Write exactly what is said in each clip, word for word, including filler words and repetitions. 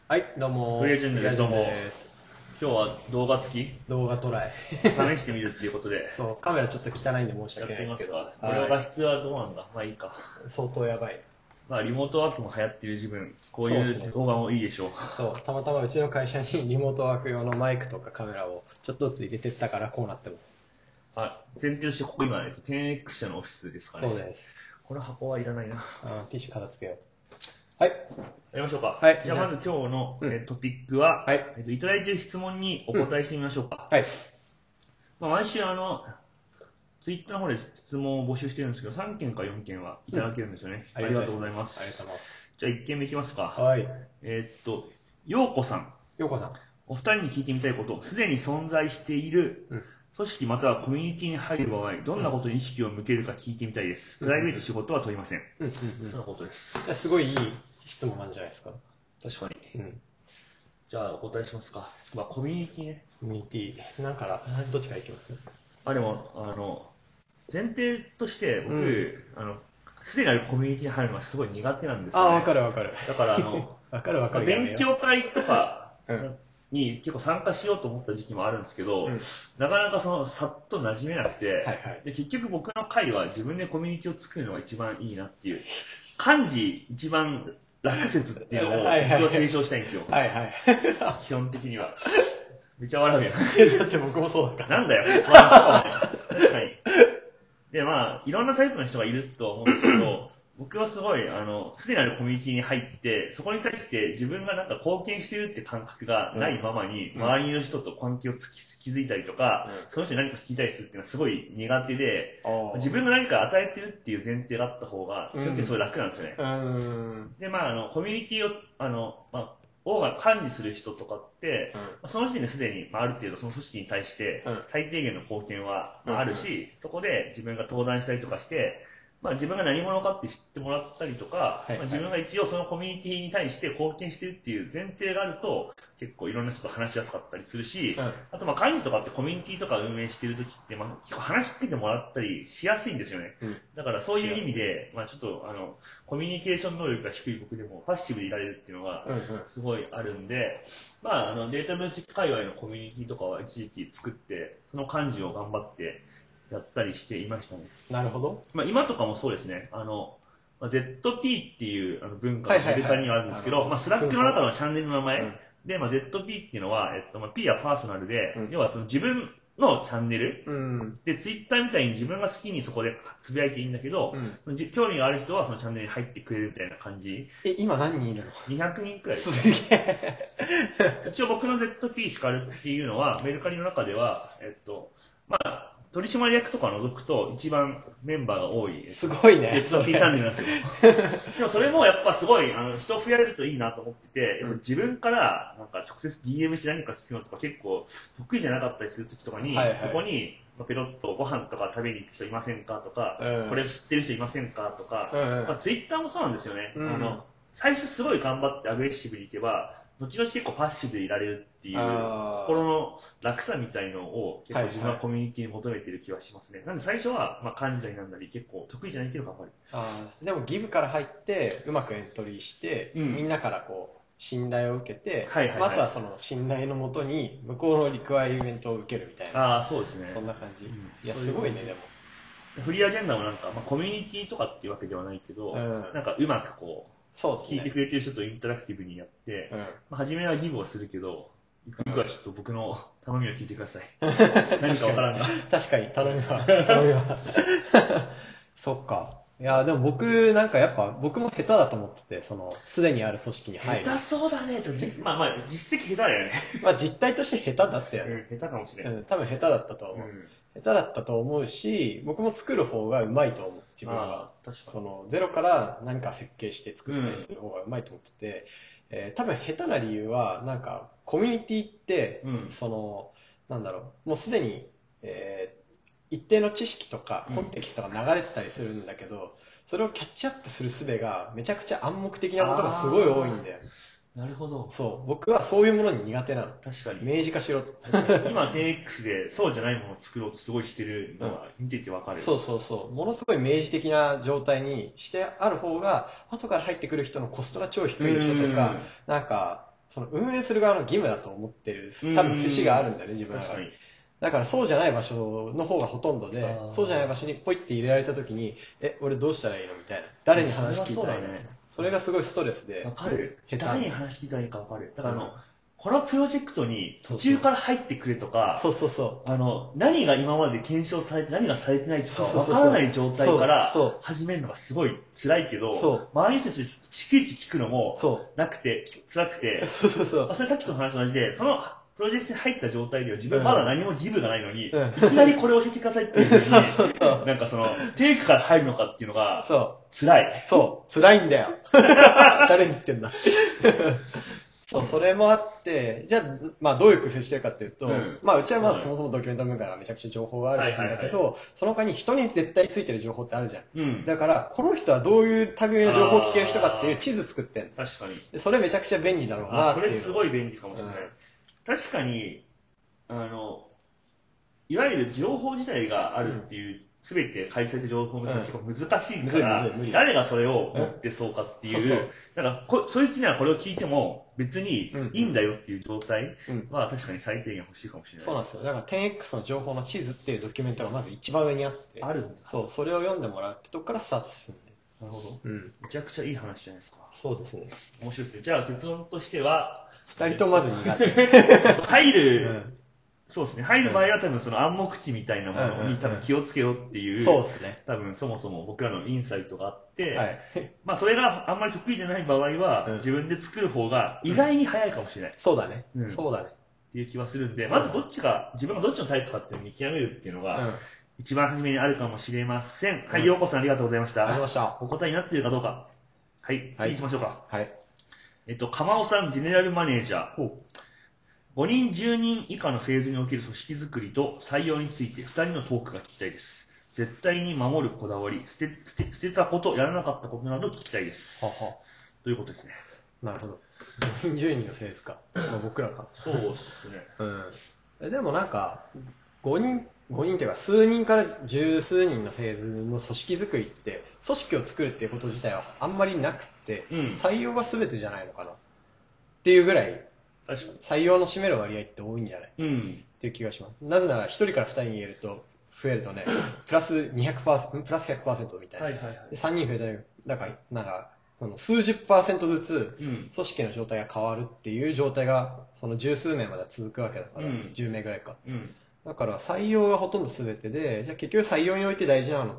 はい、どうもー。 フリーエージェントです。どうも。 です。 今日は動画付き動画トライ。 試してみるっていうことで。 そう、カメラちょっと汚いんで申しやってみ訳ないですけど。 ますか。これは画質はどうなんだ。まあいいか。 相当やばい。 まあリモートワークも流行ってる自分、こういそうですね。 う動画もいいでしょう。 そう、たまたまうちの会社にリモートワーク用のマイクとかカメラをちょっとずつ入れてったからこうなってます。 あ、前提としてここ今、えっと、テンエックス 社のオフィスですかね。 そうです。 この箱はいらないな。 あ、ティッシュ片付けよう。はい。 やりましょうか。 はいじゃあまず今日の、 うんえトピックは、 はい。 えっと、いただいている質問にお答えしてみましょうか。 はい。 まあ、毎週あの、ツイッターの方で質問を募集してるんですけど、さんけんかよんけんはいただけるんですよね。 うんありがとうございます。 ありがとうございます。 じゃあいっけんめいきますか。 はい。 えーっと、ようこさん。 ようこさん。 お二人に聞いてみたいこと、すでに存在しているうん。 組織またはコミュニティに入る場合、どんなことに意識を向けるか聞いてみたいです。プライベート仕事は問いません。 うんうんうん。 そんなことです。 いやすごいいい質問なんじゃないですか。 確かに。 うん。 じゃあお答えしますか。まあコミュニティね。 コミュニティ。なんから、どっちからいきます？ あ、でも、あの、前提として僕、 うん。 あの、すでにあるコミュニティに入るのがすごい苦手なんですよああ、 ね。 わかるわかる。 だからあの、 わかるわかまあ、 るやめよ勉強会とかう。うん。 に結構参加しようと思った時期もあるんですけど、 うん。 なかなかそのさっと馴染めなくて、 はいはい。 で結局僕の会は自分でコミュニティを作るのが一番いいなっていう、漢字一番楽説っていうのを僕はいはいは提唱したいんですよ。 はいはい。 基本的には。めっちゃ笑うやん。 だって僕もそうだから。 なんだよ。まあ、そうね。確かに。で、まあ、いろんなタイプの人がいると思うんですけど、僕はすごい、あの、すでにあるコミュニティに入って、そこに対して自分がなんか貢献してるって感覚がないままに、 うん周りの人と関係をつき築いたりとか、 うんその人に何か聞いたりするっていうのはすごい苦手で、 あー自分が何か与えてるっていう前提があった方が、基本的にすごい楽なんですよね。 うーん。 で、まあ、あの、コミュニティを、あの、まあ、オーガ管理する人とかって、 うんまあその時点ですでに、まあ、ある程度その組織に対してうん最低限の貢献は、まあ、あるうんし、そこで自分が登壇したりとかして、まあ、自分が何者かって知ってもらったりとか、 はいはいまあ、自分が一応そのコミュニティに対して貢献してるっていう前提があると、結構いろんな人と話しやすかったりするし、 うんあとまあ幹事とかってコミュニティとか運営してる時って、まあ、結構話しかけてもらったりしやすいんですよね。 うんだからそういう意味で、まあ、ちょっとあのコミュニケーション能力が低い僕でもパッシブでいられるっていうのがうんうんすごいあるんで、まあ、あのデータ分析界隈のコミュニティとかは一時期作って、その幹事を頑張ってやったりしていましたね。 なるほど。 まあ、今とかもそうですね。あの、まあ ゼットピー っていうあの文化はいはいはいがメルカリにはあるんですけど、 あのまあ、スラックの中のチャンネルの名前、 うんで、まあ、ゼットピー っていうのは、えっと、まあ、P はパーソナルで、 うん要はその自分のチャンネル、 うんで、ツイッターみたいに自分が好きにそこでつぶやいていいんだけど、 うんじ興味がある人はそのチャンネルに入ってくれるみたいな感じ。 え、今何人いるの？ にひゃくにんくらいですすね。 げえ。 一応僕の ゼットピー 光っていうのは、メルカリの中では、えっと、まあ、取締役とか除くと一番メンバーが多い、 すごいね。 ゼットピー チャンネルなんですよ。でもそれもやっぱすごい、あの、人増やれるといいなと思ってて、やっぱ自分からなんか直接 ディーエム して何か聞くのとか結構得意じゃなかったりするときとかに、 はいはいそこに、まあペロッとご飯とか食べに行く人いませんかとか、 うんこれ知ってる人いませんかとか、 うんうんまあ、ツイッターもそうなんですよね。 うんあの、最初すごい頑張ってアグレッシブにいけば、後々結構パッシブでいられるっていうあー心の楽さみたいのを結構自分はいははいコミュニティに求めてる気はしますね。なんで最初はまあ漢字だりなんだり結構得意じゃないけど頑張る。 あーでもギブから入ってうまくエントリーして、 うんみんなからこう信頼を受けて、 はいはいはいまあ、あとはその信頼のもとに向こうのリクワイアメントを受けるみたいな、 ああ、そうですね。 そんな感じ、 うんいやそういうすごいねでもフリーアジェンダもなんか、まあ、コミュニティとかっていうわけではないけど、 うんなんかうまくこう、 そうですね聞いてくれてる人とインタラクティブにやって、 うんまあ、初めはギブをするけど、ゆくゆくはちょっと僕の頼みを聞いてください。何かわからんが。 確かに頼みは頼みはそっか。いやでも僕なんかやっぱ僕も下手だと思ってて、そのすでにある組織に入る下手そうだねと、じまあまあ、実績下手だよね。 まあ実態として下手だったよね、 うん、下手かもしれない。 うん、多分下手だったと思う、 うん下手だったと思うし、僕も作る方がうまいと思う、自分があー確かにそのゼロから何か設計して作ったりする方がうまいと思ってて、えー多分下手な理由はなんかコミュニティって、 うんそのなんだろう、もうすでに、えー一定の知識とかコンテキストが流れてたりするんだけど、それをキャッチアップする術がめちゃくちゃ暗黙的なことがすごい多いんだよ。 なるほど。 そう僕はそういうものに苦手なの。 確かに。 明示化しろと。 今 テンエックス でそうじゃないものを作ろうとすごいしてるのが見ててわかる。 そうそうそう。ものすごい明示的な状態にしてある方が、後から入ってくる人のコストが超低いでしょとか、なんか、 その運営する側の義務だと思ってる、多分節があるんだよね、自分は。 確かに。 だからそうじゃない場所の方がほとんどで、そうじゃない場所にポイって入れられた時に、え、俺どうしたらいいのみたいな。誰に話聞いたらいいの、ね、それがすごいストレスで。 わかる。誰に話聞いたらいいかわかる。だからあの、うん、このプロジェクトに途中から入ってくれとか、 そうそうそう。 あの、何が今まで検証されて何がされてないとかわからない状態から始めるのがすごい辛いけど、周りの人たちに逐一聞くのもなくて、辛くて、 そうそうそう。 それさっきとの話と同じで、そのプロジェクトに入った状態では自分まだ何も義務がないのに、うん、いきなりこれ教えてくださいっていうふうに、そうそうそう、なんかその、テイクから入るのかっていうのが、そう。辛い。 そう。辛いんだよ。誰に言ってんだ。そう、それもあって、じゃあ、まあどういう工夫してるかっていうと、うん、まあうちはまずそもそもドキュメント文化がめちゃくちゃ情報があるんだけど、その他に人に絶対ついてる情報ってあるじゃん。うん、だから、この人はどういう類の情報を聞ける人かっていう地図作ってんの。 確かに。 でそれめちゃくちゃ便利だろうなっていう。 それすごい便利かもしれない。うん、確かに、あの、いわゆる情報自体があるっていう、すべ、うん、て開催で情報が結構難しいから、うん、誰がそれを持ってそうかっていう、うん、そうそう、だからこ、そいつにはこれを聞いても別にいいんだよっていう状態は確かに最低限欲しいかもしれない。 そうなんですよ。だから テンエックス の情報の地図っていうドキュメントがまず一番上にあって、 あるんだ。 そう、それを読んでもらうってとこからスタートするんで。 なるほど。うん。めちゃくちゃいい話じゃないですか。 そうですね。 面白いですね。じゃあ結論としては、 二人ともまず苦手。 入る、うんそうですね。入る場合は多分その暗黙知みたいなものに多分気をつけろっていう、 そうですね。 多分そもそも僕らのインサイトがあって、はい、まあそれがあんまり得意じゃない場合は、自分で作る方が意外に早いかもしれない。 そうだね。うん、そうだね。 っていう気はするんで、まずどっちが、自分がどっちのタイプかっていうのを見極めるっていうのが、一番初めにあるかもしれません。うん、はい、ようこさんありがとうございました。 ありがとうございました。 お答えになっているかどうか。はい、次行きましょうか。 はい。 えっと、かまおさん、ジェネラルマネージャー。ごにん、じゅうにん以下のフェーズにおける組織づくりと採用についてふたりのトークが聞きたいです。絶対に守るこだわり、捨て、捨て、捨てたこと、やらなかったことなど聞きたいです。ははということですね。 なるほど。ごにん、じゅうにんのフェーズか。まあ、僕らか。 そうですね。 うん。でもなんか、ごにん、ごにんっていうか数人から十数人のフェーズの組織づくりって、組織を作るっていうこと自体はあんまりなくて、うん、採用が全てじゃないのかな。っていうぐらい、確かに採用の占める割合って多いんじゃない、うん、っていう気がします。なぜならひとりからふたりに言えると、増えるとね、プラスにひゃくパーセント、プラスひゃくパーセントみたいな。はいはいはい、でさんにん増えたら、だから、なんか、その数十パーセントずつ、組織の状態が変わるっていう状態が、その十数名まで続くわけだから、うん、じゅうめいぐらいか。うん、だから採用がほとんど全てで、じゃあ結局採用において大事なのって、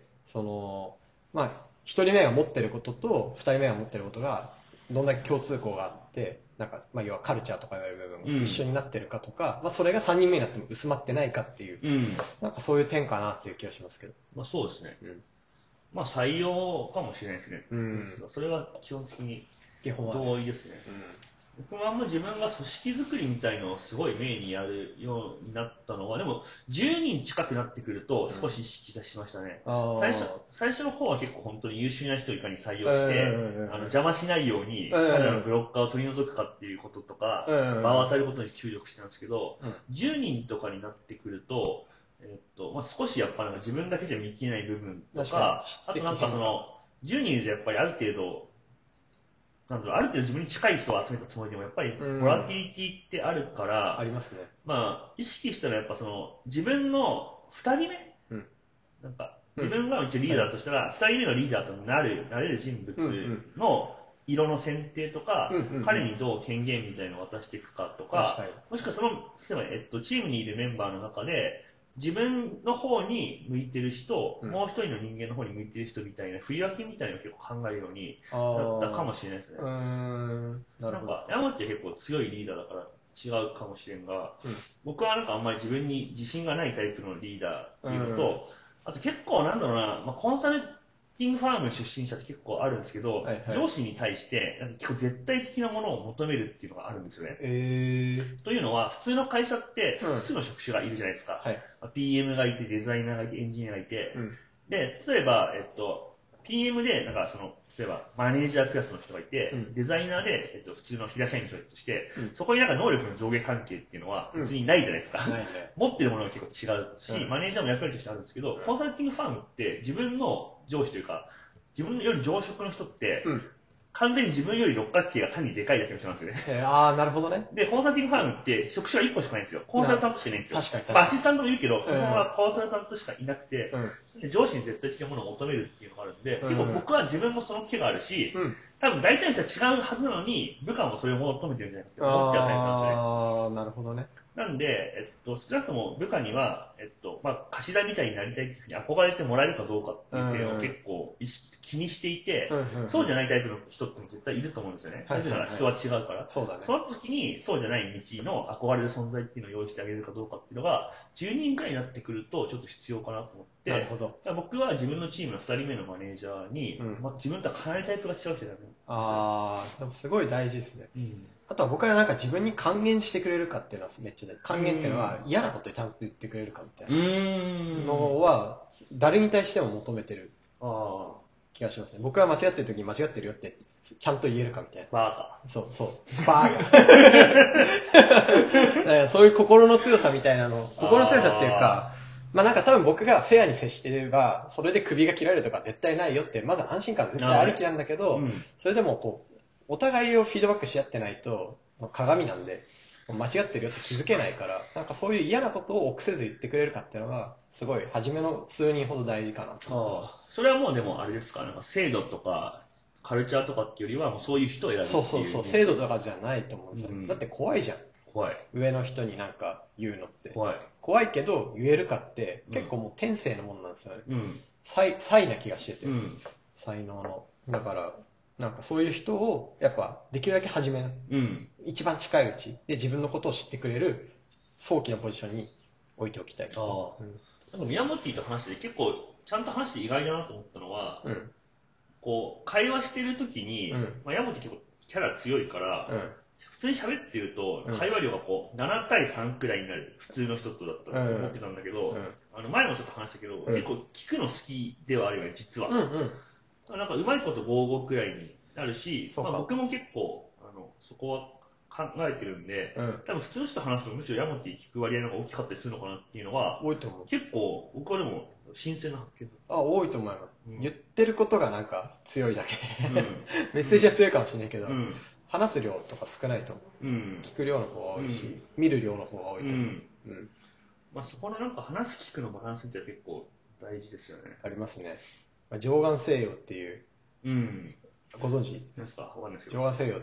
その、まあ、ひとりめが持ってることとふたりめが持ってることが、どんだけ共通項があって、なんか、まあ、要はカルチャーとか言われる部分が一緒になってるかとか、うん、まあ、それがさんにんめになっても薄まってないかっていう、うん、なんかそういう点かなっていう気がしますけど。 まあそうですね。うん、まあ採用かもしれないですね。うん、それは基本的に同意ですね。僕もあんま自分が組織づくりみたいのをすごいメインにやるようになったのは、でもじゅうにん近くなってくると少し意識しましたね。うん、最初、最初の方は結構本当に優秀な人をいかに採用して、あの邪魔しないように彼らのブロッカーを取り除くかっていうこととか、場を与えることに注力してたんですけど、じゅうにんとかになってくると、えっとまあ、少しやっぱなんか自分だけじゃ見切れない部分とか、あとなんかその、じゅうにんでやっぱりある程度、なんだろう、ある程度自分に近い人を集めたつもりでもやっぱりボラティリティってあるから、 ありますね。 まあ意識したらやっぱその自分のふたりめ、うん、なんか自分が一応リーダーとしたら、うん、ふたりめのリーダーとなるなれる人物の色の選定とか、うんうんうん、彼にどう権限みたいなのを渡していくかとか、もしくはその例えば、えっと、チームにいるメンバーの中で自分の方に向いてる人、うん、もう一人の人間の方に向いてる人みたいな振り分けみたいなのを結構考えるようになったかもしれないですね。うーんなるほど。なんか山内は結構強いリーダーだから違うかもしれんが、うん、僕はなんかあんまり自分に自信がないタイプのリーダーっていうのと、あと結構なんだろうな、まあ、コンサルティングファーム出身者って結構あるんですけど、はいはい、上司に対してなんか結構絶対的なものを求めるっていうのがあるんですよね。えー、というのは普通の会社って複数の職種がいるじゃないですか。うんはいまあ、ピーエム がいて、デザイナーがいて、エンジニアがいて、うん、で、例えば、えっと、ピーエム でなんかその例えばマネージャークラスの人がいて、うん、デザイナーで、えっと、普通の平社員の人として、うん、そこになんか能力の上下関係っていうのは別にないじゃないですか。うんね、持ってるものが結構違うし、うん、マネージャーも役割としてあるんですけど、コンサルティングファームって自分の上司というか、自分より上職の人って、 完全に自分より六角形が単にでかいだけの人なんですよね。 えー、ああ、なるほどね。 で、コンサルティングファームって職種はいっこしかないんですよ。コンサルタントしかいないんですよ。 確かに確かに。 まあ、アシスタントもいるけど、 うん、 基本はコンサルタントしかいなくて、 うん、 で上司に絶対的なものを求めるっていうのがあるんで、 うん、 結構僕は自分もその気があるし、うん、多分大体の人は違うはずなのに、部下もそれを求めてるんじゃないかって思っちゃうタイプなんですよね。 ああ、なるほどね。 なんで、えっと、少なくとも部下には、えっと、まあ、頭みたいになりたいっていうふうに憧れてもらえるかどうかっていう点を結構意識気にしていて、うんうん、そうじゃないタイプの人っても絶対いると思うんですよね。なぜなら人は違うから。そうだね。その時に、そうじゃない道の憧れる存在っていうのを用意してあげるかどうかっていうのが、じゅうにんくらいになってくるとちょっと必要かなと思って、なるほど。僕は自分のチームのふたりめのマネージャーに、うんまあ、自分とはかなりタイプが違う人だね。 ああ、でもすごい大事ですね。うんあとは僕はなんか自分に還元してくれるかっていうのはめっちゃ大事。還元っていうのは嫌なことにちゃんと言ってくれるかみたいなのは誰に対しても求めてる気がしますね。僕は間違ってる時に間違ってるよってちゃんと言えるかみたいな。 バーカ。 そうそう。バーカ。そういう心の強さみたいなの。心の強さっていうか、まあなんか多分僕がフェアに接してれば、それで首が切られるとか絶対ないよって、まず安心感絶対ありきなんだけど、うん、それでもこう、お互いをフィードバックし合ってないと、鏡なんで、間違ってるよって気づけないから、なんかそういう嫌なことを臆せず言ってくれるかっていうのが、すごい初めの数人ほど大事かなと思ってます。 それはもうでもあれですか、なんか制度とか、カルチャーとかっていうよりは、もうそういう人を選ぶっていう。 そうそうそう、制度とかじゃないと思うんですよ。うん、だって怖いじゃん。 怖い。 上の人になんか言うのって。 怖い。 怖いけど言えるかって、結構もう天性のものなんですよね。うん。才、才な気がしてて。うん。才能の。だから、なんかそういう人を、やっぱ、できるだけ初め、うん、一番近いうちで自分のことを知ってくれる早期のポジションに置いておきたい。ああ、 うん。なんか宮本と話して結構、ちゃんと話して意外だなと思ったのは、うん、こう、会話してるときに、うん、まあ、山本結構キャラ強いから、うん、普通に喋ってると、会話量がこう、ななたいさんくらいになる。普通の人とだったらと思ってたんだけど、うん、あの前もちょっと話したけど、うん、結構聞くの好きではあるよね、実は。うんうんなんかうまいことごじゅうごくらいになるし、まあ、僕も結構あのそこは考えてるんで、うん、多分普通の人と話すとむしろヤモティ聞く割合の方が大きかったりするのかなっていうのは多いと思う。 結構僕はでも新鮮な発見だ。 あ、多いと思います。うん、言ってることがなんか強いだけ、うん、メッセージは強いかもしれないけど、うん、話す量とか少ないと思う。うん、聞く量の方が多いし、見る量の方が多いと思う。うんうんまあ、そこのなんか話聞くのバランスって結構大事ですよね。 ありますね。上岸西洋っていう、うん、ご存知ですか？わかんないですけど。 上岸西洋って、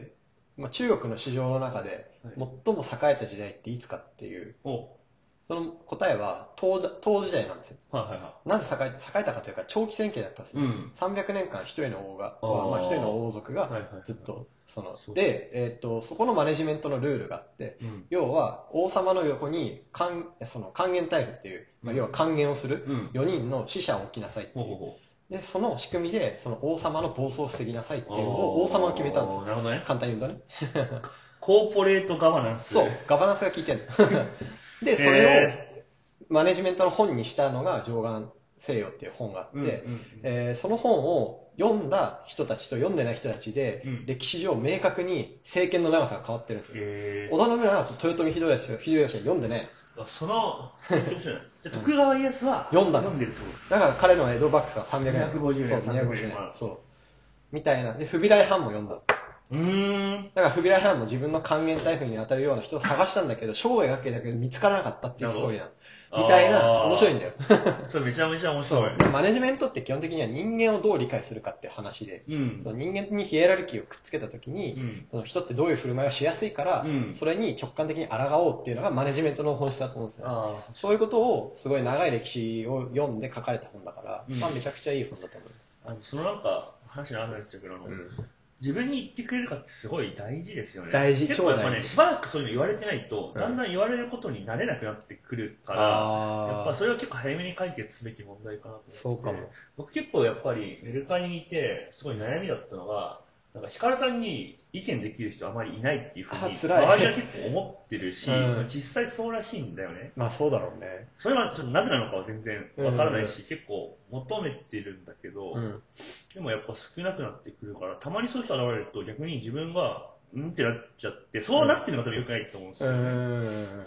まあ、中国の市場の中で最も栄えた時代っていつかっていう、はい、その答えは唐時代なんですよ。はいはいはい、なぜ栄え、栄えたかというか長期戦形だったんですね。うん、さんびゃくねんかん一人の王が、まあ、一人の王族がずっとその、はいはいはい、で、えー、っとそこのマネジメントのルールがあって、うん、要は王様の横に還その還元大夫っていう、まあ、要は還元をするよにんの使者を置きなさいっていう。うんうんで、その仕組みで、その王様の暴走を防ぎなさいっていうのを王様が決めたんですよ。 なるほどね。 簡単に言うとね。 コーポレートガバナンス。 そう、ガバナンスが効いてるの。で、それをマネジメントの本にしたのが上岸西洋っていう本があって、うんうんうんえー、その本を読んだ人たちと読んでない人たちで、うん、歴史上明確に政権の長さが変わってるんですよ。織田信長と豊臣秀吉は秀吉は読んでね。 その、じゃ徳川家康は読んだ読んでると。 だから彼の江戸幕府はさんびゃくねん。 にひゃくごじゅうねん。 そう、にひゃくごじゅうねん。そう。みたいな。で、フビライ・ハンも読んだ。うーん。だからフビライ・ハンも自分の還元大夫に当たるような人を探したんだけど、生涯学系だけど見つからなかったっていうストーリーなの。みたいな、面白いんだよ。 それめちゃめちゃ面白い。 そう。マネジメントって基本的には人間をどう理解するかっていう話で、うん、その人間にヒエラルキーをくっつけたときに、うん、その人ってどういう振る舞いをしやすいから、うん、それに直感的に抗おうっていうのがマネジメントの本質だと思うんですよ、ね。そういうことをすごい長い歴史を読んで書かれた本だから、うん、まあめちゃくちゃいい本だと思います。 あのそのなんか話のあるんですけど、うん、自分に言ってくれるかってすごい大事ですよね。 大事、 結構やっぱね、しばらくそういうの言われてないと、だんだん言われることになれなくなってくるから、うん、やっぱそれは結構早めに解決すべき問題かなと思って。 そうかも。 僕結構やっぱりメルカリにいて、すごい悩みだったのが、なんかヒカルさんに意見できる人あまりいないっていうふうに、周りが結構思ってるし、うん、実際そうらしいんだよね。 まあそうだろうね。 それはちょっとなぜなのかは全然わからないし、うん、結構求めてるんだけど、うん、でもやっぱ少なくなってくるから、たまにそういう人現れると逆に自分がうんってなっちゃって、そうなってるのが多分良くないと思うんですよね。うん、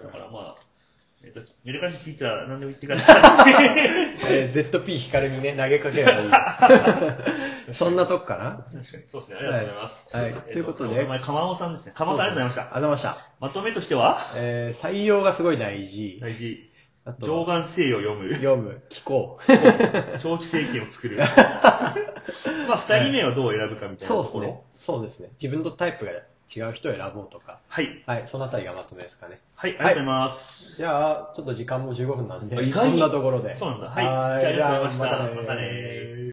だからまあ、えっと、メルカリ聞いたら何でも言ってください。 えー、ゼットピー ヒカルにね、投げかければいい。 そんなとこかな。 確かに。そうですね。ありがとうございます。 はい。はい、ということで。 お前、かまおさんですね。かまおさんありがとうございました。 ありがとうございました。 まとめとしてはえー、採用がすごい大事。 大事。上眼性を読む。 読む。聞こう。長期政権を作る。まあ、二人目をどう選ぶかみたいなところ、はい、 そうですね。自分とタイプが違う人を選ぼうとか。 はい。 はい。そのあたりがまとめですかね。 はい。ありがとうございます。 はい、じゃあ、ちょっと時間もじゅうごふんなんで、 意外にこんなところで。 そうなんだ。はい。じゃあ、ありがとうございました。またね。 またね。